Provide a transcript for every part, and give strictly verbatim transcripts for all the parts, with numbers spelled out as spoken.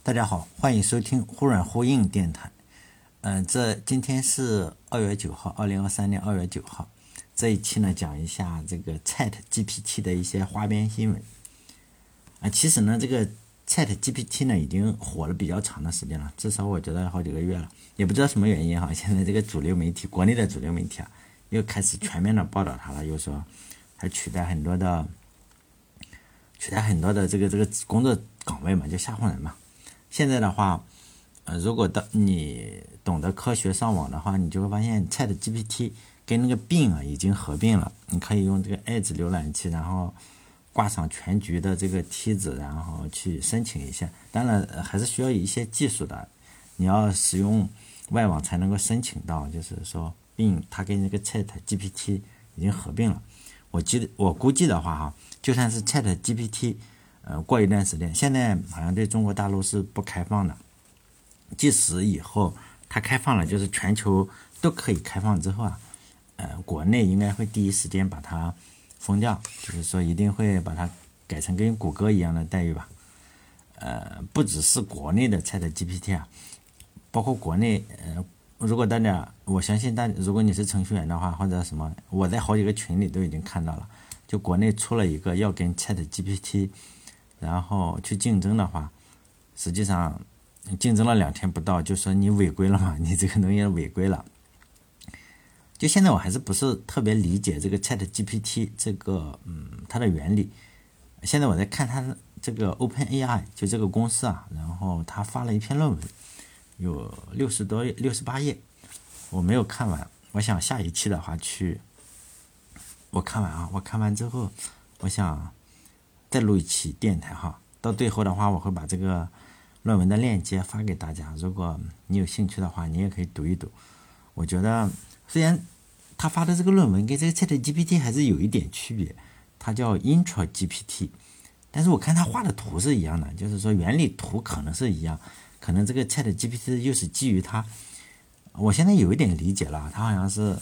大家好，欢迎收听忽软忽硬电台。嗯、呃，这今天是二月九号，二零二三年二月九号。这一期呢，讲一下这个 Chat G P T 的一些花边新闻。啊、呃，其实呢，这个 Chat G P T 呢已经火了比较长的时间了，至少我觉得好几个月了，也不知道什么原因哈。现在这个主流媒体，国内的主流媒体啊，又开始全面的报道它了，又说还取代很多的取代很多的这个这个工作岗位嘛，就吓唬人嘛。现在的话，呃，如果的你懂得科学上网的话，你就会发现 Chat G P T 跟那个 Bing 啊已经合并了。你可以用这个 Edge 浏览器，然后挂上全局的这个梯子，然后去申请一下。当然还是需要一些技术的，你要使用外网才能够申请到。就是说 Bing 它跟那个 Chat G P T 已经合并了。我记得我估计的话哈，就算是 Chat G P T。呃，过一段时间，现在好像对中国大陆是不开放的。即使以后它开放了，就是全球都可以开放之后啊，呃，国内应该会第一时间把它封掉，就是说一定会把它改成跟谷歌一样的待遇吧。呃，不只是国内的 Chat G P T 啊，包括国内，呃，如果大家，我相信大，如果你是程序员的话，或者什么，我在好几个群里都已经看到了，就国内出了一个要跟 Chat G P T。然后去竞争的话，实际上竞争了两天不到，就说你违规了嘛，你这个东西违规了。就现在我还是不是特别理解这个 Chat G P T 这个嗯它的原理。现在我在看它这个 OpenAI 就这个公司啊，然后他发了一篇论文，有六十多页六十八页，我没有看完，我想下一期的话去我看完啊，我看完之后我想再录一期电台哈，到最后的话，我会把这个论文的链接发给大家。如果你有兴趣的话，你也可以读一读。我觉得虽然他发的这个论文跟这个 Chat G P T 还是有一点区别，它叫 Intro G P T， 但是我看他画的图是一样的，就是说原理图可能是一样，可能这个 Chat G P T 又是基于它。我现在有一点理解了，它好像是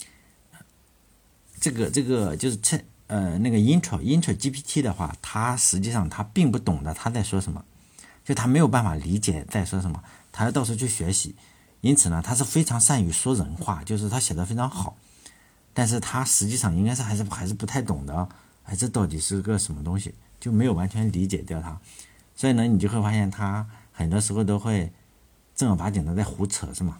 这个这个就是 Chat。呃，那个 Intro Intro G P T 的话，它实际上它并不懂得他在说什么，就他没有办法理解在说什么，他要到处去学习。因此呢，他是非常善于说人话，就是他写的非常好，但是他实际上应该是还是还是不太懂的，哎，这到底是个什么东西，就没有完全理解掉它。所以呢，你就会发现他很多时候都会正儿八经的在胡扯，是吗？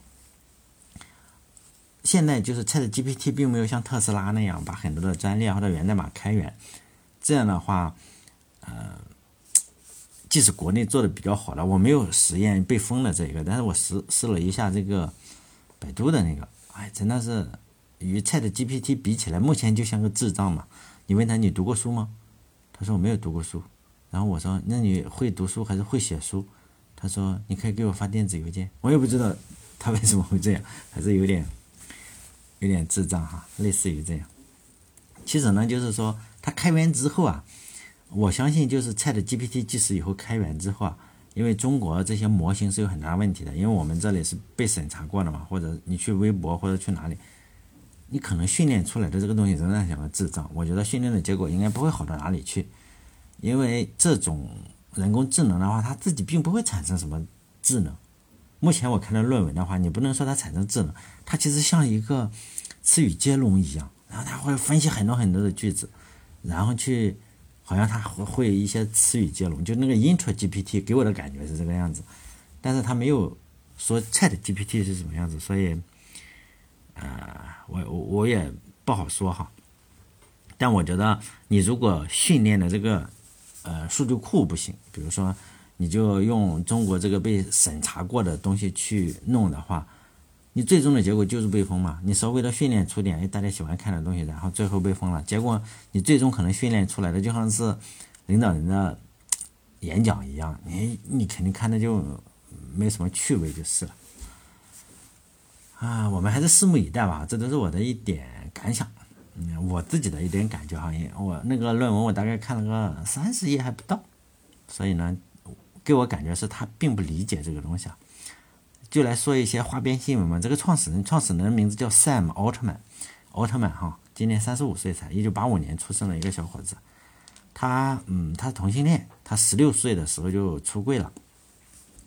现在就是 Chat G P T 并没有像特斯拉那样把很多的专利或者源代码开源，这样的话，呃，即使国内做的比较好了，我没有实验被封了这个，但是我试试了一下这个百度的那个，哎，真的是与 Chat G P T 比起来，目前就像个智障嘛。你问他你读过书吗？他说我没有读过书。然后我说那你会读书还是会写书？他说你可以给我发电子邮件。我也不知道他为什么会这样，还是有点。有点智障哈，类似于这样。其实呢，就是说它开源之后啊，我相信就是 Chat G P T 即使以后开源之后啊，因为中国这些模型是有很大问题的，因为我们这里是被审查过的嘛，或者你去微博或者去哪里，你可能训练出来的这个东西仍然像个智障。我觉得训练的结果应该不会好到哪里去，因为这种人工智能的话，它自己并不会产生什么智能。目前我看的论文的话，你不能说它产生智能，它其实像一个词语接龙一样，然后它会分析很多很多的句子，然后去好像它会一些词语接龙，就那个 Intro G P T 给我的感觉是这个样子，但是它没有说 Chat G P T 是什么样子，所以呃，我我也不好说哈。但我觉得你如果训练的这个呃数据库不行，比如说你就用中国这个被审查过的东西去弄的话，你最终的结果就是被封嘛。你稍微的训练出点大家喜欢看的东西，然后最后被封了，结果你最终可能训练出来的就像是领导人的演讲一样，你你肯定看的就没什么趣味就是了。啊，我们还是拭目以待吧，这都是我的一点感想，嗯，我自己的一点感觉哈。我那个论文我大概看了个三十页还不到，所以呢。给我感觉是他并不理解这个东西啊。就来说一些花边新闻嘛。这个创始人，创始人的名字叫 Sam 奥特曼，奥特曼哈，今年三十五岁才，一九八五年出生的一个小伙子。他嗯，他是同性恋，他十六岁的时候就出柜了。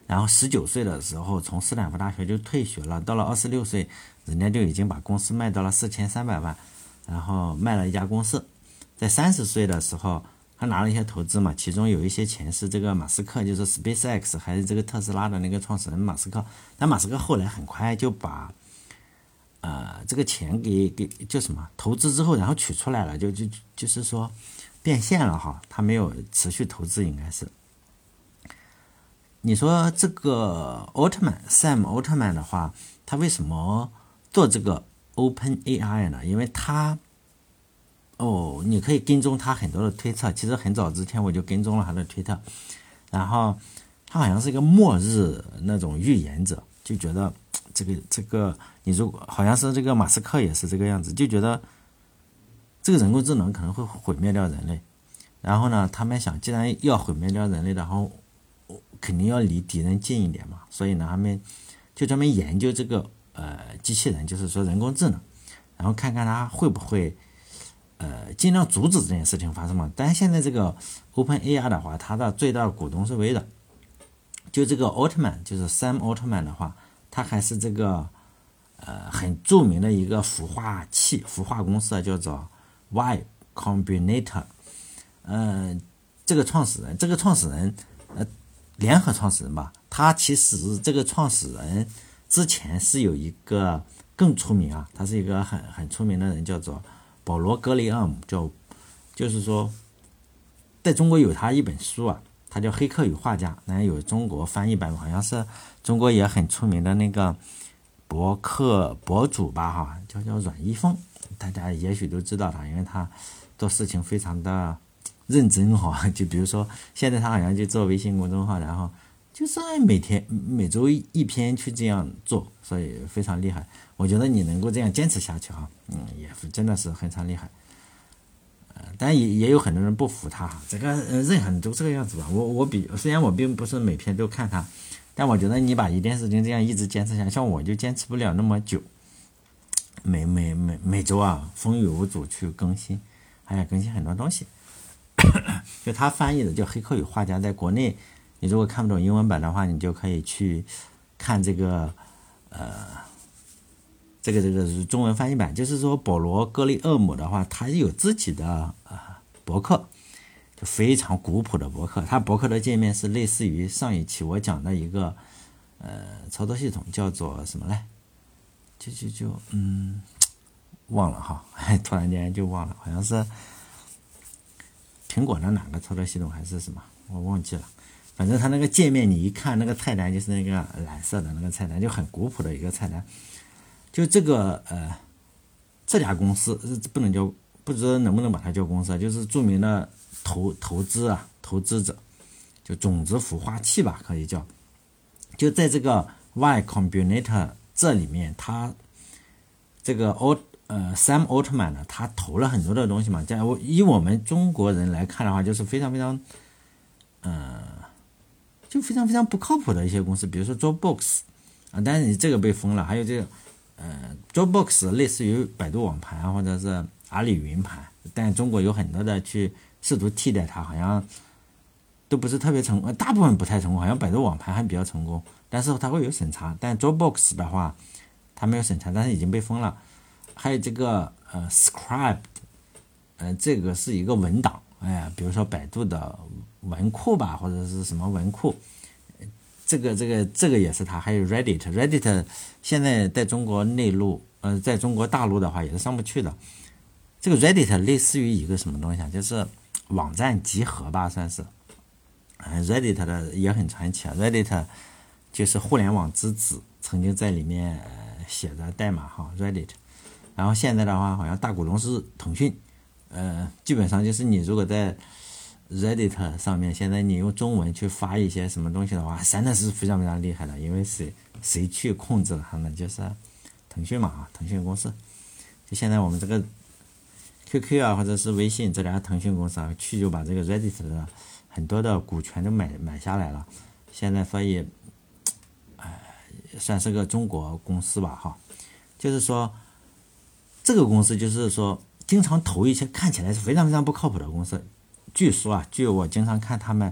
然后十九岁的时候从斯坦福大学就退学了，到了二十六岁，人家就已经把公司卖到了四千三百万，然后卖了一家公司。在三十岁的时候，他拿了一些投资嘛，其中有一些钱是这个马斯克，就是 SpaceX 还是这个特斯拉的那个创始人马斯克。但马斯克后来很快就把呃这个钱给给叫什么投资之后，然后取出来了，就就就是说变现了哈，他没有持续投资应该是。你说这个奥特曼 Sam 奥特曼的话，他为什么做这个 OpenAI 呢？因为他哦，你可以跟踪他很多的推特，其实很早之前我就跟踪了他的推特，然后他好像是一个末日那种预言者，就觉得这个这个你如果好像是这个马斯克也是这个样子，就觉得这个人工智能可能会毁灭掉人类，然后呢，他们想既然要毁灭掉人类，然后肯定要离敌人近一点嘛，所以呢，他们就专门研究这个呃机器人，就是说人工智能，然后看看它会不会呃尽量阻止这件事情发生嘛。但是现在这个 OpenAI 的话，它的最大的股东是微软，就这个奥特曼，就是 Sam 奥特曼的话，他还是这个呃很著名的一个孵化器孵化公司，叫做 Y Combinator， 呃，这个创始人，这个创始人呃。联合创始人吧，他其实这个创始人之前是有一个更出名啊，他是一个很很出名的人，叫做保罗·格雷厄姆，叫就是说，在中国有他一本书啊，他叫《黑客与画家》，然后有中国翻译版，好像是中国也很出名的那个博客博主吧，哈，叫叫阮一峰，大家也许都知道他，因为他做事情非常的认真哈，就比如说现在他好像就做微信公众号，然后就是每天每周一篇去这样做，所以非常厉害。我觉得你能够这样坚持下去啊，嗯，也真的是非常厉害。呃，但也也有很多人不服他哈，这个呃人很都这个样子吧。我我比虽然我并不是每篇都看他，但我觉得你把一件事情这样一直坚持下去，像我就坚持不了那么久。每每每每周啊，风雨无阻去更新，还要更新很多东西。就他翻译的叫《黑客与画家》，在国内你如果看不懂英文版的话，你就可以去看这个呃这个这个中文翻译版。就是说保罗·格雷厄姆的话，他有自己的呃博客，就非常古朴的博客。他博客的界面是类似于上一期我讲的一个呃操作系统，叫做什么来？就就就嗯忘了哈，突然间就忘了，好像是苹果的哪个操作系统还是什么，我忘记了。反正它那个界面你一看，那个菜单就是那个蓝色的那个菜单，就很古朴的一个菜单。就这个呃，这家公司不能叫，不知道能不能把它叫公司，就是著名的投投资啊投资者，就种子孵化器吧，可以叫。就在这个 Y Combinator 这里面，它这个奥呃 Sam 奥特曼呢，他投了很多的东西嘛。在以我们中国人来看的话，就是非常非常呃就非常非常不靠谱的一些公司，比如说 Dropbox 啊，但是你这个被封了，还有这个呃 Dropbox 类似于百度网盘或者是阿里云盘，但中国有很多的去试图替代它，好像都不是特别成功，大部分不太成功，好像百度网盘还比较成功，但是它会有审查。但 Dropbox 的话，它没有审查，但是已经被封了。还有这个呃 Scribe， 呃这个是一个文档，哎呀，比如说百度的文库吧，或者是什么文库，这个这个这个也是它。还有 Reddit，Reddit 现在在中国内陆，呃，在中国大陆的话也是上不去的。这个 Reddit 类似于一个什么东西啊？就是网站集合吧，算是。呃 Reddit 的也很传奇啊 ，Reddit 就是互联网之子，曾经在里面、呃、写的代码哈 ，Reddit。然后现在的话，好像大股东是腾讯，呃，基本上就是你如果在 Reddit 上面，现在你用中文去发一些什么东西的话，真的是非常非常厉害的，因为谁谁去控制了它呢？就是腾讯嘛，腾讯公司。就现在我们这个 Q Q 啊，或者是微信这俩腾讯公司啊，去就把这个 Reddit 的很多的股权都买买下来了。现在所以，哎、呃，算是个中国公司吧，哈，就是说。这个公司就是说，经常投一些看起来是非常非常不靠谱的公司。据说啊，据我经常看他们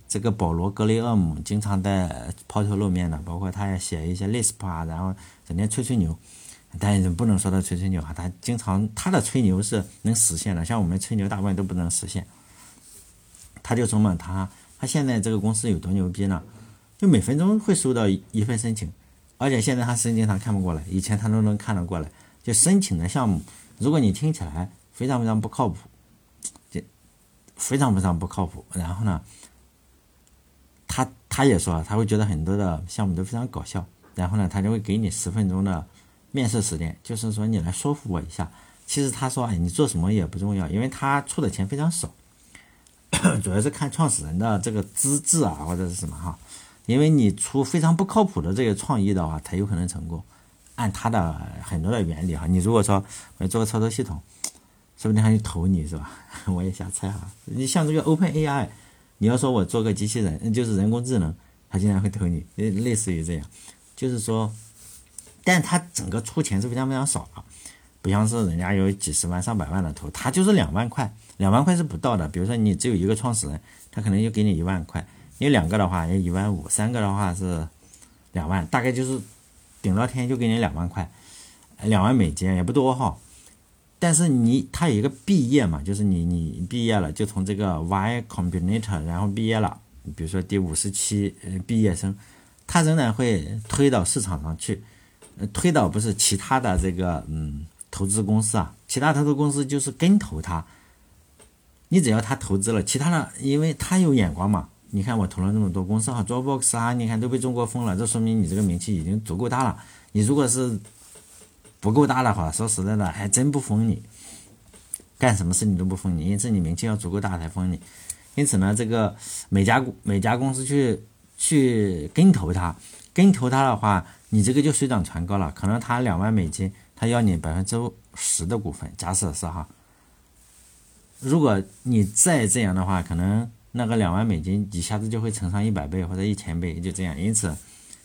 这个保罗·格雷厄姆经常在抛头露面的，包括他也写一些 Lisp 啊，然后整天吹吹牛。但是不能说他吹吹牛啊，他经常他的吹牛是能实现的，像我们吹牛大部分都不能实现。他就说嘛，他他现在这个公司有多牛逼呢？就每分钟会收到一份申请，而且现在他申请他看不过来，以前他都能看得过来。就申请的项目，如果你听起来非常非常不靠谱，就非常非常不靠谱，然后呢，他他也说他会觉得很多的项目都非常搞笑，然后呢，他就会给你十分钟的面试时间，就是说你来说服我一下。其实他说，哎，你做什么也不重要，因为他出的钱非常少，主要是看创始人的这个资质啊，或者是什么哈。因为你出非常不靠谱的这个创意的话，才有可能成功。按他的很多的原理哈，你如果说我做个操作系统，说不定他就投你是吧？我也瞎猜哈。你像这个 OpenAI， 你要说我做个机器人，就是人工智能，他竟然会投你，类似于这样，就是说。但他整个出钱是非常非常少的，不像是人家有几十万上百万的投，他就是两万块，两万块是不到的。比如说你只有一个创始人，他可能就给你一万块，你两个的话也一万五，三个的话是两万，大概就是顶到天就给你两万块，两万美金也不多哈。但是你他有一个毕业嘛，就是你你毕业了就从这个 Y Combinator 然后毕业了，比如说第五十期呃毕业生，他仍然会推到市场上去。推导不是其他的这个嗯投资公司啊，其他投资公司就是跟投他，你只要他投资了，其他的因为他有眼光嘛，你看我投了那么多公司哈 ，Dropbox 啊，你看都被中国封了，这说明你这个名气已经足够大了。你如果是不够大的话，说实在的，还真不封你，干什么事你都不封你，因此你名气要足够大才封你。因此呢，这个每家每家公司去去跟投他，跟投他的话。你这个就水涨船高了，可能他两万美金，他要你百分之十的股份，假设是哈。如果你再这样的话，可能那个两万美金一下子就会乘上一百倍或者一千倍，就这样。因此，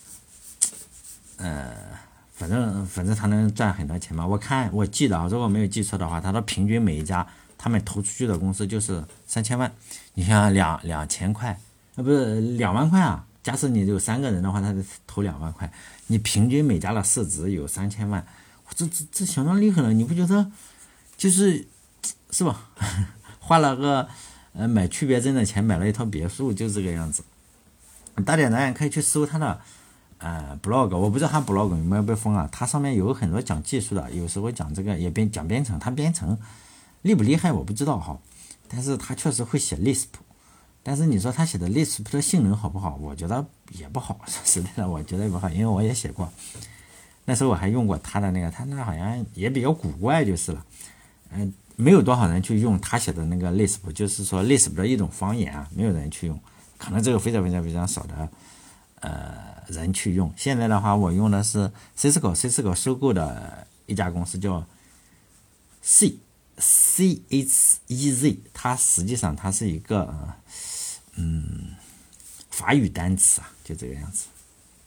呃，反正反正他能赚很多钱嘛。我看我记得啊，如果没有记错的话，他说平均每一家他们投出去的公司就是三千万。你像两两千块，啊不是两万块啊。假设你有三个人的话，他就投两万块，你平均每家的市值有三千万，这这这相当厉害了，你不觉得？就是是吧？花了个呃买区别针的钱，买了一套别墅，就这个样子。大家呢可以去搜他的呃 blog， 我不知道他 blog 有没有被封啊？他上面有很多讲技术的，有时候讲这个也编讲编程，他编程厉不厉害我不知道哈，但是他确实会写 Lisp。但是你说他写的 Lisp 的性能好不好？我觉得也不好，说实在的，我觉得也不好，因为我也写过，那时候我还用过他的那个，他那好像也比较古怪就是了，嗯、呃，没有多少人去用他写的那个 Lisp， 就是说 Lisp 的一种方言啊，没有人去用，可能这个非常非常非常少的呃人去用。现在的话，我用的是 Cisco，Cisco 收购的一家公司叫 C C H E Z， 它实际上它是一个呃。嗯，法语单词啊，就这个样子。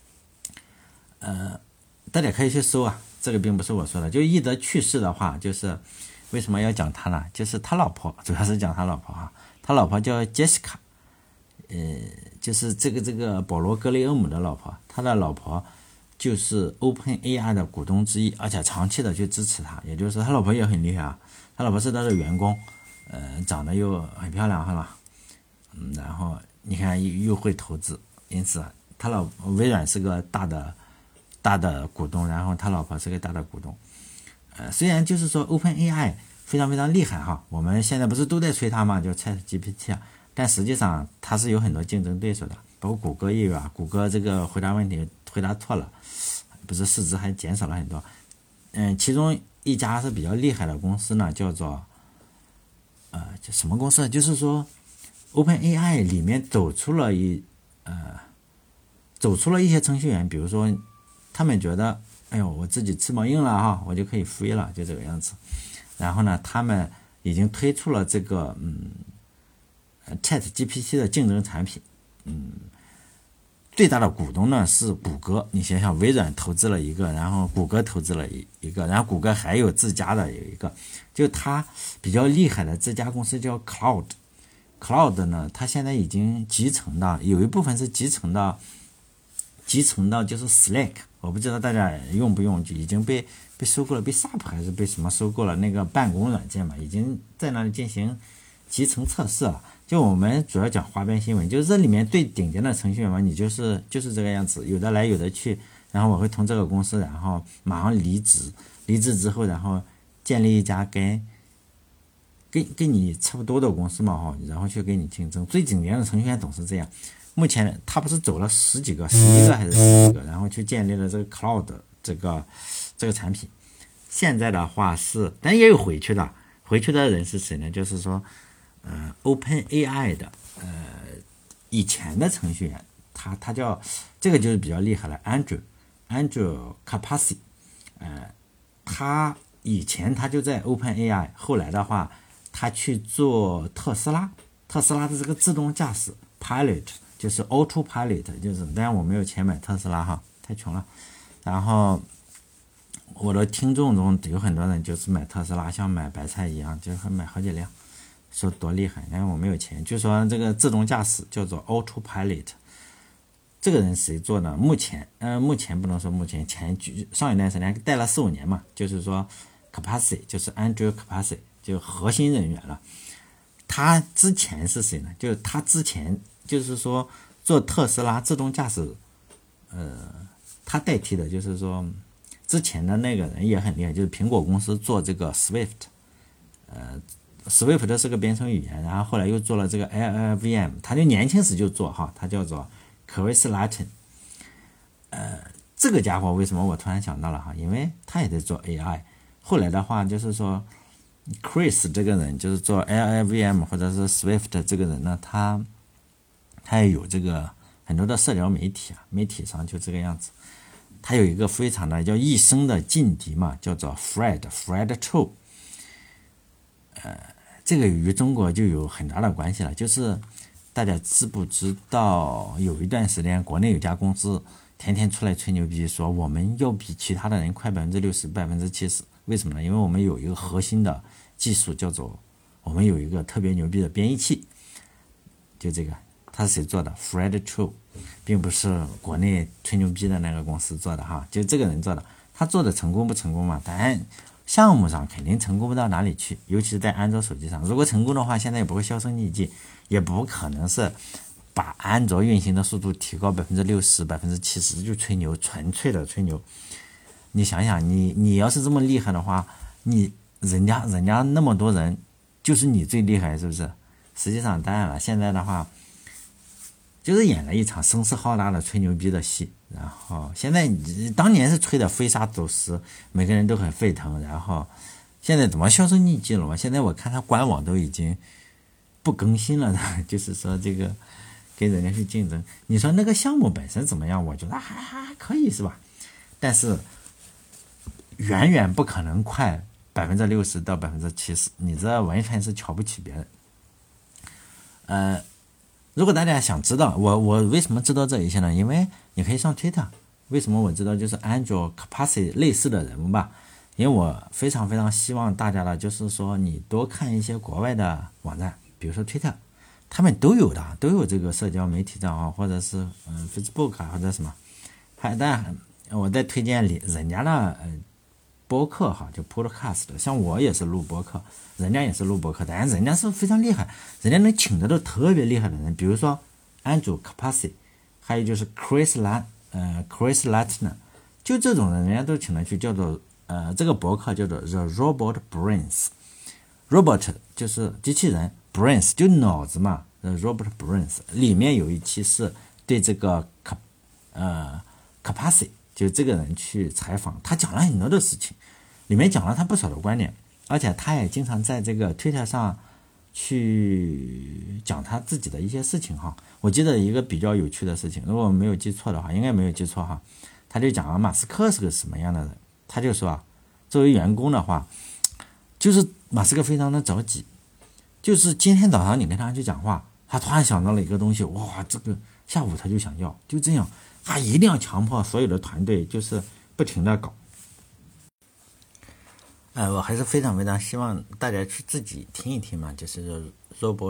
呃，大家可以去搜啊，这个并不是我说的。就易德去世的话，就是为什么要讲他呢？就是他老婆，主要是讲他老婆啊，他老婆叫 Jessica， 呃，就是这个这个保罗·格雷厄姆的老婆，他的老婆就是 OpenAI 的股东之一，而且长期的去支持他，也就是说他老婆也很厉害啊，他老婆是他的员工，呃，长得又很漂亮，是吧？嗯，然后你看又又会投资，因此他老微软是个大的大的股东，然后他老婆是个大的股东。呃，虽然就是说 OpenAI 非常非常厉害哈，我们现在不是都在吹它嘛，就 ChatGPT 啊，但实际上它是有很多竞争对手的，包括谷歌也有啊。谷歌这个回答问题回答错了，不是市值还减少了很多。嗯，其中一家是比较厉害的公司呢，叫做呃叫什么公司？就是说。OpenAI 里面走出了一呃，走出了一些程序员，比如说他们觉得，哎呦，我自己翅膀硬了哈，我就可以飞了，就这个样子。然后呢，他们已经推出了这个嗯 ChatGPT 的竞争产品，嗯，最大的股东呢是谷歌。你想想，微软投资了一个，然后谷歌投资了一一个，然后谷歌还有自家的有一个，就它比较厉害的这家公司叫 Cloud。 Cloud 呢，它现在已经集成到，有一部分是集成到集成到就是 Slack， 我不知道大家用不用，就已经被被收购了，被 S A P 还是被什么收购了，那个办公软件嘛，已经在那里进行集成测试了。就我们主要讲花边新闻，就是这里面最顶尖的程序员嘛，你就是就是这个样子，有的来有的去，然后我会从这个公司，然后马上离职，离职之后，然后建立一家跟跟跟你差不多的公司嘛哈，然后去跟你竞争。最顶尖的程序员总是这样。目前他不是走了十几个、十一个还是十几个，然后去建立了这个 Cloud 这个这个产品。现在的话是，但也有回去的，回去的人是谁呢？就是说。呃 ，OpenAI 的呃以前的程序员，他他叫这个就是比较厉害了 ，Andrew Andrew Karpathy， 呃，他以前他就在 OpenAI， 后来的话他去做特斯拉，特斯拉的这个自动驾驶 Pilot 就是 Autopilot， 就是当然我没有钱买特斯拉哈，太穷了。然后我的听众中有很多人就是买特斯拉，像买白菜一样，就是买好几辆。说多厉害，但是我没有钱。就说这个自动驾驶叫做 Autopilot， 这个人谁做的？目前，呃，目前不能说目前，前上一段时间带了四五年嘛，就是说 Karpathy 就是 Andrew Karpathy 就核心人员了。他之前是谁呢？就是他之前就是说做特斯拉自动驾驶，呃，他代替的就是说之前的那个人也很厉害，就是苹果公司做这个 Swift， 呃。Swift 是个编程语言，然后后来又做了这个 L L V M， 他就年轻时就做哈，他叫做 Chris Latten。呃，这个家伙为什么我突然想到了哈？因为他也在做 A I。后来的话就是说 ，Chris 这个人就是做 L L V M 或者是 Swift 这个人呢，他他也有这个很多的社交媒体啊，媒体上就这个样子。他有一个非常的叫一生的劲敌嘛，叫做 Fred Fred Cho。呃，这个与中国就有很大的关系了。就是大家知不知道，有一段时间国内有家公司天天出来吹牛逼，说我们要比其他的人快百分之六十、百分之七十。为什么呢？因为我们有一个核心的技术，叫做我们有一个特别牛逼的编译器。就这个，它是谁做的 ？Fred Cho， 并不是国内吹牛逼的那个公司做的哈，就这个人做的。他做的成功不成功嘛？当然。项目上肯定成功不到哪里去，尤其是在安卓手机上。如果成功的话，现在也不会销声匿迹，也不可能是把安卓运行的速度提高百分之六十、百分之七十就吹牛，纯粹的吹牛。你想想，你你要是这么厉害的话，你人家人家那么多人，就是你最厉害，是不是？实际上，当然了，现在的话，就是演了一场声势浩大的吹牛逼的戏。然后现在当年是吹的飞沙走石，每个人都很沸腾，然后现在怎么销声匿迹了嘛？现在我看他官网都已经不更新了的，就是说这个跟人家去竞争。你说那个项目本身怎么样？我觉得还还可以是吧？但是远远不可能快百分之六十到百分之七十，你这完全是瞧不起别人。呃。如果大家想知道我我为什么知道这一些呢？因为你可以上 Twitter。为什么我知道就是 Andrew Karpathy 类似的人物吧？因为我非常非常希望大家的就是说你多看一些国外的网站，比如说 Twitter， 他们都有的，都有这个社交媒体账号，或者是嗯 Facebook 啊或者什么。还但我在推荐里人家的呃播客哈，就 podcast， 像我也是录播客，人家也是录播客，但是人家是非常厉害，人家能请得到特别厉害的人，比如说 Andrew Karpathy， 还有就是 Chris Lat 呃 Chris Latten， 就这种人人家都请得去，叫做呃这个博客叫做 The Robot Brains，Robot 就是机器人 ，Brains 就脑子嘛 ，The Robot Brains 里面有一期是对这个呃 Karpathy。就这个人去采访，他讲了很多的事情，里面讲了他不少的观点，而且他也经常在这个推特上去讲他自己的一些事情哈。我记得一个比较有趣的事情，如果我没有记错的话，应该没有记错哈，他就讲了马斯克是个什么样的人，他就说啊，作为员工的话，就是马斯克非常的着急，就是今天早上你跟他去讲话，他突然想到了一个东西，哇，这个下午他就想要，就这样。他一定要强迫所有的团队就是不停的搞。呃，我还是非常非常希望大家去自己听一听嘛，就是 Robot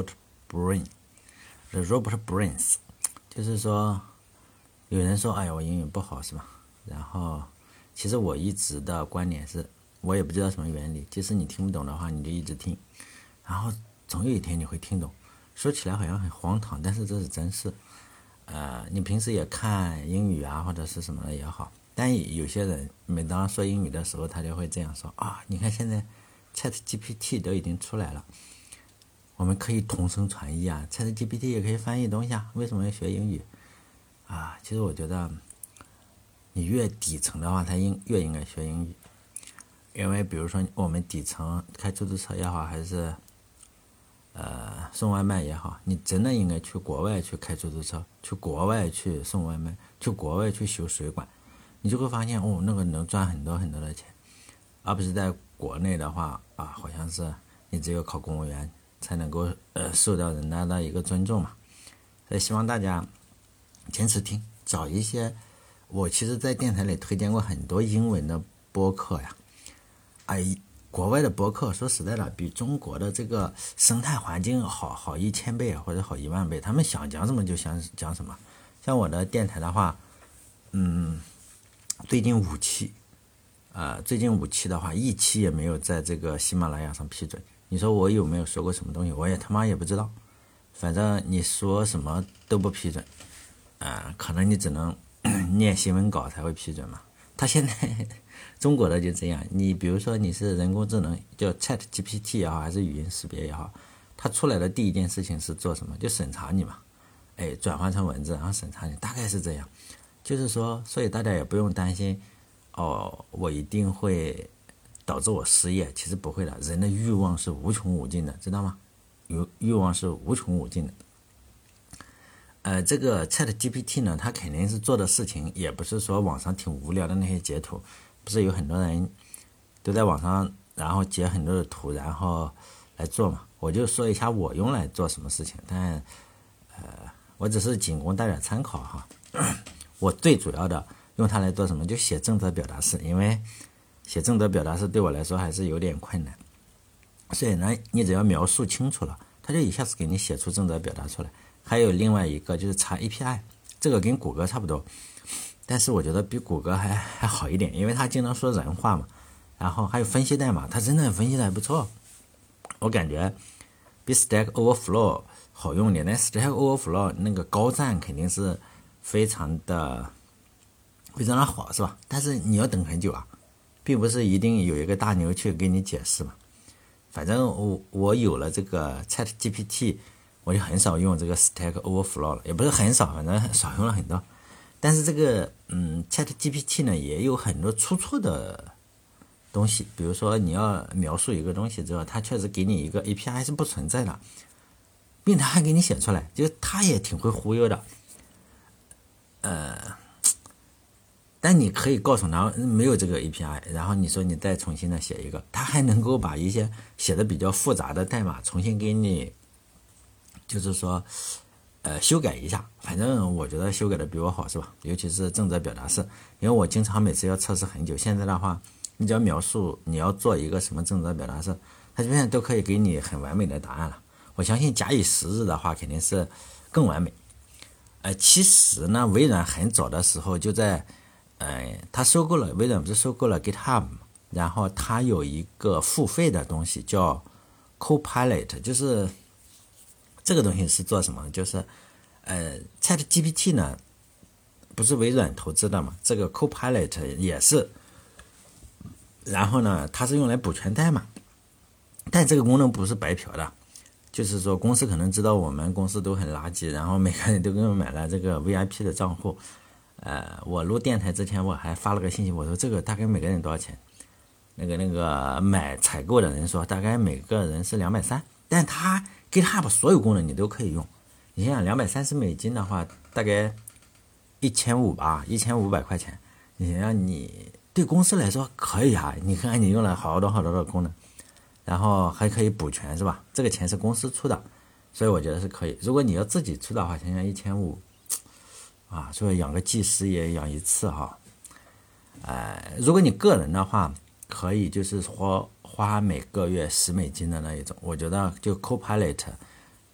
brain，the robot brains， 就是说，有人说，哎呀，我英语不好是吧？然后，其实我一直的观点是，我也不知道什么原理，即使你听不懂的话，你就一直听，然后总有一天你会听懂。说起来好像很荒唐，但是这是真事。呃，你平时也看英语啊，或者是什么的也好，但有些人每当说英语的时候，他就会这样说啊，你看现在 Chat G P T 都已经出来了，我们可以同声传译啊 ，Chat G P T 也可以翻译东西啊，为什么要学英语啊？其实我觉得，你越底层的话，他应越应该学英语，因为比如说我们底层开出租车也好，还是呃，送外卖也好，你真的应该去国外去开出租车，去国外去送外卖，去国外去修水管，你就会发现哦，那个能赚很多很多的钱，而不是在国内的话啊，好像是你只有考公务员才能够呃受到人家的一个尊重嘛。所以希望大家坚持听，找一些我其实在电台里推荐过很多英文的播客呀，哎。国外的博客说实在的，比中国的这个生态环境好好一千倍或者好一万倍，他们想讲什么就想讲什么。像我的电台的话，嗯，最近五期，呃，最近五期的话，一期也没有在这个喜马拉雅上批准。你说我有没有说过什么东西？我也他妈也不知道。反正你说什么都不批准，啊、呃，可能你只能念新闻稿才会批准嘛。他现在中国的就这样，你比如说你是人工智能，叫 Chat G P T 也好，还是语音识别也好，它出来的第一件事情是做什么？就审查你嘛，哎，转换成文字，然后审查你，大概是这样。就是说，所以大家也不用担心，哦，我一定会导致我失业，其实不会的，人的欲望是无穷无尽的，知道吗？欲欲望是无穷无尽的。呃，这个 Chat G P T 呢，它肯定是做的事情，也不是说网上挺无聊的那些截图，不是有很多人都在网上，然后截很多的图，然后来做嘛。我就说一下我用来做什么事情，但呃，我只是仅供大家参考哈。我最主要的用它来做什么，就写正则表达式，因为写正则表达式对我来说还是有点困难，所以呢，你只要描述清楚了，它就一下子给你写出正则表达出来。还有另外一个就是查 A P I， 这个跟谷歌差不多，但是我觉得比谷歌还还好一点，因为它经常说人话嘛。然后还有分析代码，它真的分析的还不错，我感觉比 Stack Overflow 好用点。但 Stack Overflow 那个高赞肯定是非常的非常的好，是吧？但是你要等很久啊，并不是一定有一个大牛去给你解释嘛。反正我我有了这个 Chat G P T。我就很少用这个 Stack Overflow 了，也不是很少，反正少用了很多。但是这个嗯 Chat G P T 呢，也有很多出错的东西，比如说你要描述一个东西之后，它确实给你一个 A P I 是不存在的，并且还给你写出来，就它也挺会忽悠的。呃，但你可以告诉他没有这个 A P I， 然后你说你再重新的写一个，它还能够把一些写的比较复杂的代码重新给你。就是说，呃，修改一下，反正我觉得修改的比我好，是吧？尤其是正则表达式，因为我经常每次要测试很久。现在的话，你只要描述你要做一个什么正则表达式，它基本上都可以给你很完美的答案了。我相信假以时日的话，肯定是更完美。呃，其实呢，微软很早的时候就在，呃，它收购了微软，不是收购了 GitHub 嘛？然后它有一个付费的东西叫 Copilot， 就是。这个东西是做什么？就是，呃 ，Chat G P T 呢，不是微软投资的嘛？这个 Copilot 也是。然后呢，它是用来补全代码，但这个功能不是白嫖的，就是说公司可能知道我们公司都很垃圾，然后每个人都给我买了这个 V I P 的账户。呃，我录电台之前我还发了个信息，我说这个大概每个人多少钱？那个那个买采购的人说大概每个人是两百三，但他。GitHub 所有功能你都可以用，你想想两百三十美金的话，大概一千五吧，一千五百块钱。你想想你对公司来说可以啊，你看你用了好多好多的功能，然后还可以补全，是吧？这个钱是公司出的，所以我觉得是可以。如果你要自己出的话，想想一千五，啊，所以养个技师也养一次哈。呃，如果你个人的话，可以就是说。花每个月十美金的那一种，我觉得就 Copilot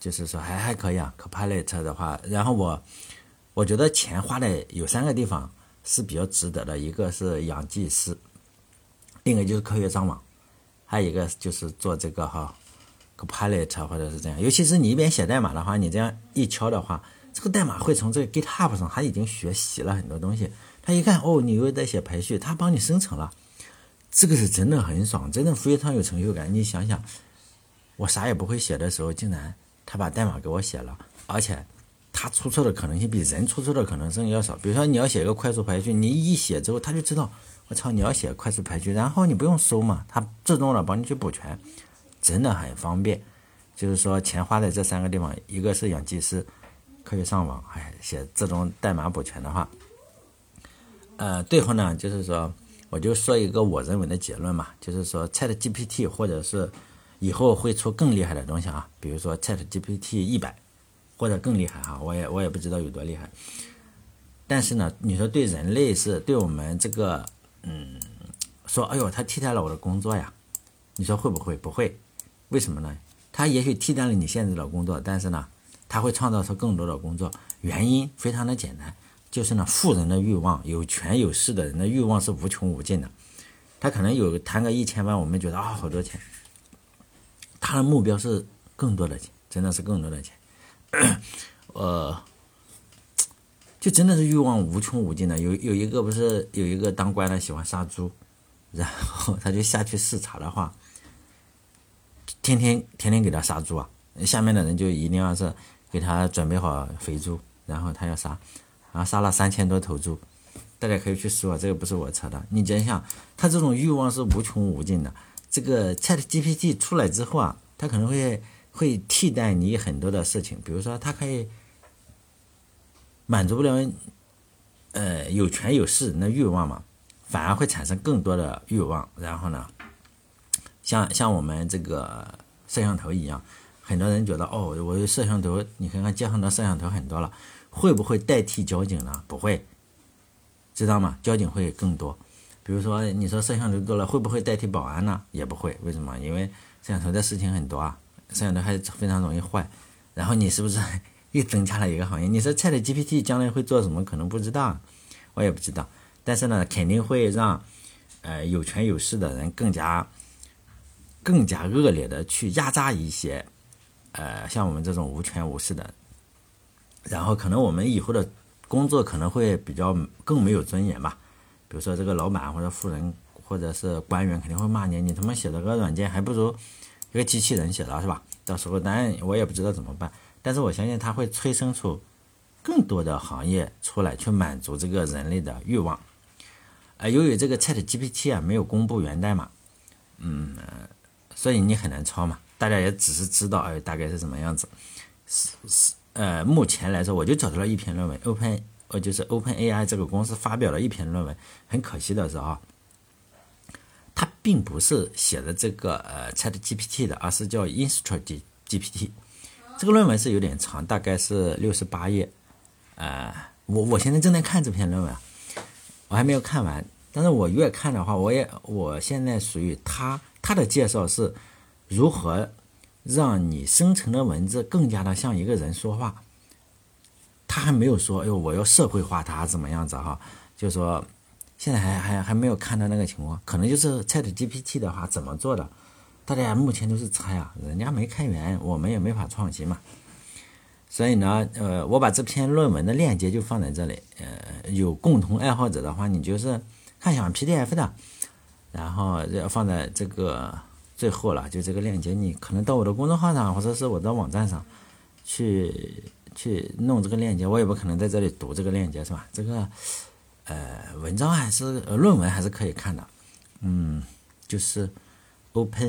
就是说还还可以啊。Copilot 的话，然后我我觉得钱花的有三个地方是比较值得的，一个是养技师，另一个就是科学上网，还有一个就是做这个哈 Copilot 或者是这样。尤其是你一边写代码的话，你这样一敲的话，这个代码会从这个 GitHub 上，它已经学习了很多东西。他一看，哦，你又在写排序，他帮你生成了，这个是真的很爽，真的非常有成就感。你想想，我啥也不会写的时候，竟然他把代码给我写了，而且他出错的可能性比人出错的可能性要少。比如说你要写一个快速排序，你一写之后，他就知道，我操，你要写快速排序，然后你不用搜嘛，他自动的帮你去补全，真的很方便。就是说钱花在这三个地方，一个是养技师，科学上网，哎，写这种代码补全的话。呃，最后呢，就是说，我就说一个我认为的结论嘛，就是说 ChatGPT 或者是以后会出更厉害的东西啊，比如说 ChatGPT 一百或者更厉害哈，我也我也不知道有多厉害。但是呢，你说对人类是对我们这个，嗯，说哎呦，它替代了我的工作呀，你说会不会？不会，为什么呢？它也许替代了你现在的工作，但是呢，它会创造出更多的工作，原因非常的简单。就是呢，富人的欲望，有权有势的人的欲望是无穷无尽的。他可能有谈个一千万，我们觉得啊、哦、好多钱，他的目标是更多的钱，真的是更多的钱。呃，就真的是欲望无穷无尽的。有有一个不是有一个当官的喜欢杀猪，然后他就下去视察的话，天天天天给他杀猪啊，下面的人就一定要是给他准备好肥猪，然后他要杀。然后杀了三千多头猪，大家可以去搜啊，这个不是我扯的。你想想，他这种欲望是无穷无尽的。这个 ChatGPT 出来之后啊，它可能会会替代你很多的事情，比如说它可以满足不了呃有权有势人的欲望嘛，反而会产生更多的欲望。然后呢，像像我们这个摄像头一样，很多人觉得哦，我有摄像头，你看看街上的摄像头很多了。会不会代替交警呢？不会，知道吗？交警会更多。比如说，你说摄像头多了，会不会代替保安呢？也不会。为什么？因为摄像头的事情很多啊，摄像头还非常容易坏。然后你是不是又增加了一个行业？你说 ChatGPT 将来会做什么？可能不知道，我也不知道。但是呢，肯定会让呃有权有势的人更加更加恶劣的去压榨一些呃像我们这种无权无势的。然后可能我们以后的工作可能会比较更没有尊严吧，比如说这个老板或者富人或者是官员肯定会骂你，你他妈写了个软件还不如一个机器人写的是吧？到时候当然我也不知道怎么办，但是我相信它会催生出更多的行业出来去满足这个人类的欲望。呃，由于这个 ChatGPT 啊没有公布源代码，嗯、呃，所以你很难抄嘛，大家也只是知道哎大概是什么样子。是是。呃，目前来说，我就找到了一篇论文 ，Open， 呃，就是 OpenAI 这个公司发表了一篇论文。很可惜的是啊，它并不是写的这个呃 ChatGPT 的，而是叫 InstructGPT。这个论文是有点长，大概是六十八页。呃，我我现在正在看这篇论文，我还没有看完。但是我越看的话，我也我现在属于它它的介绍是如何让你生成的文字更加的像一个人说话。他还没有说哎呦我要社会化它怎么样子哈，就说现在还还还没有看到那个情况，可能就是 ChatGPT 的话怎么做的，大家目前都是猜啊，人家没开源，我们也没法创新嘛。所以呢，呃，我把这篇论文的链接就放在这里，呃，有共同爱好者的话，你就是看想 P D F 的，然后放在这个最后了，就这个链接，你可能到我的公众号上或者是我的网站上去去弄这个链接，我也不可能在这里读这个链接是吧？这个呃文章还是、呃、论文还是可以看的，嗯，就是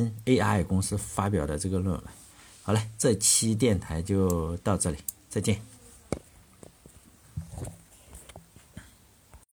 OpenAI 公司发表的这个论文。好嘞，这期电台就到这里，再见。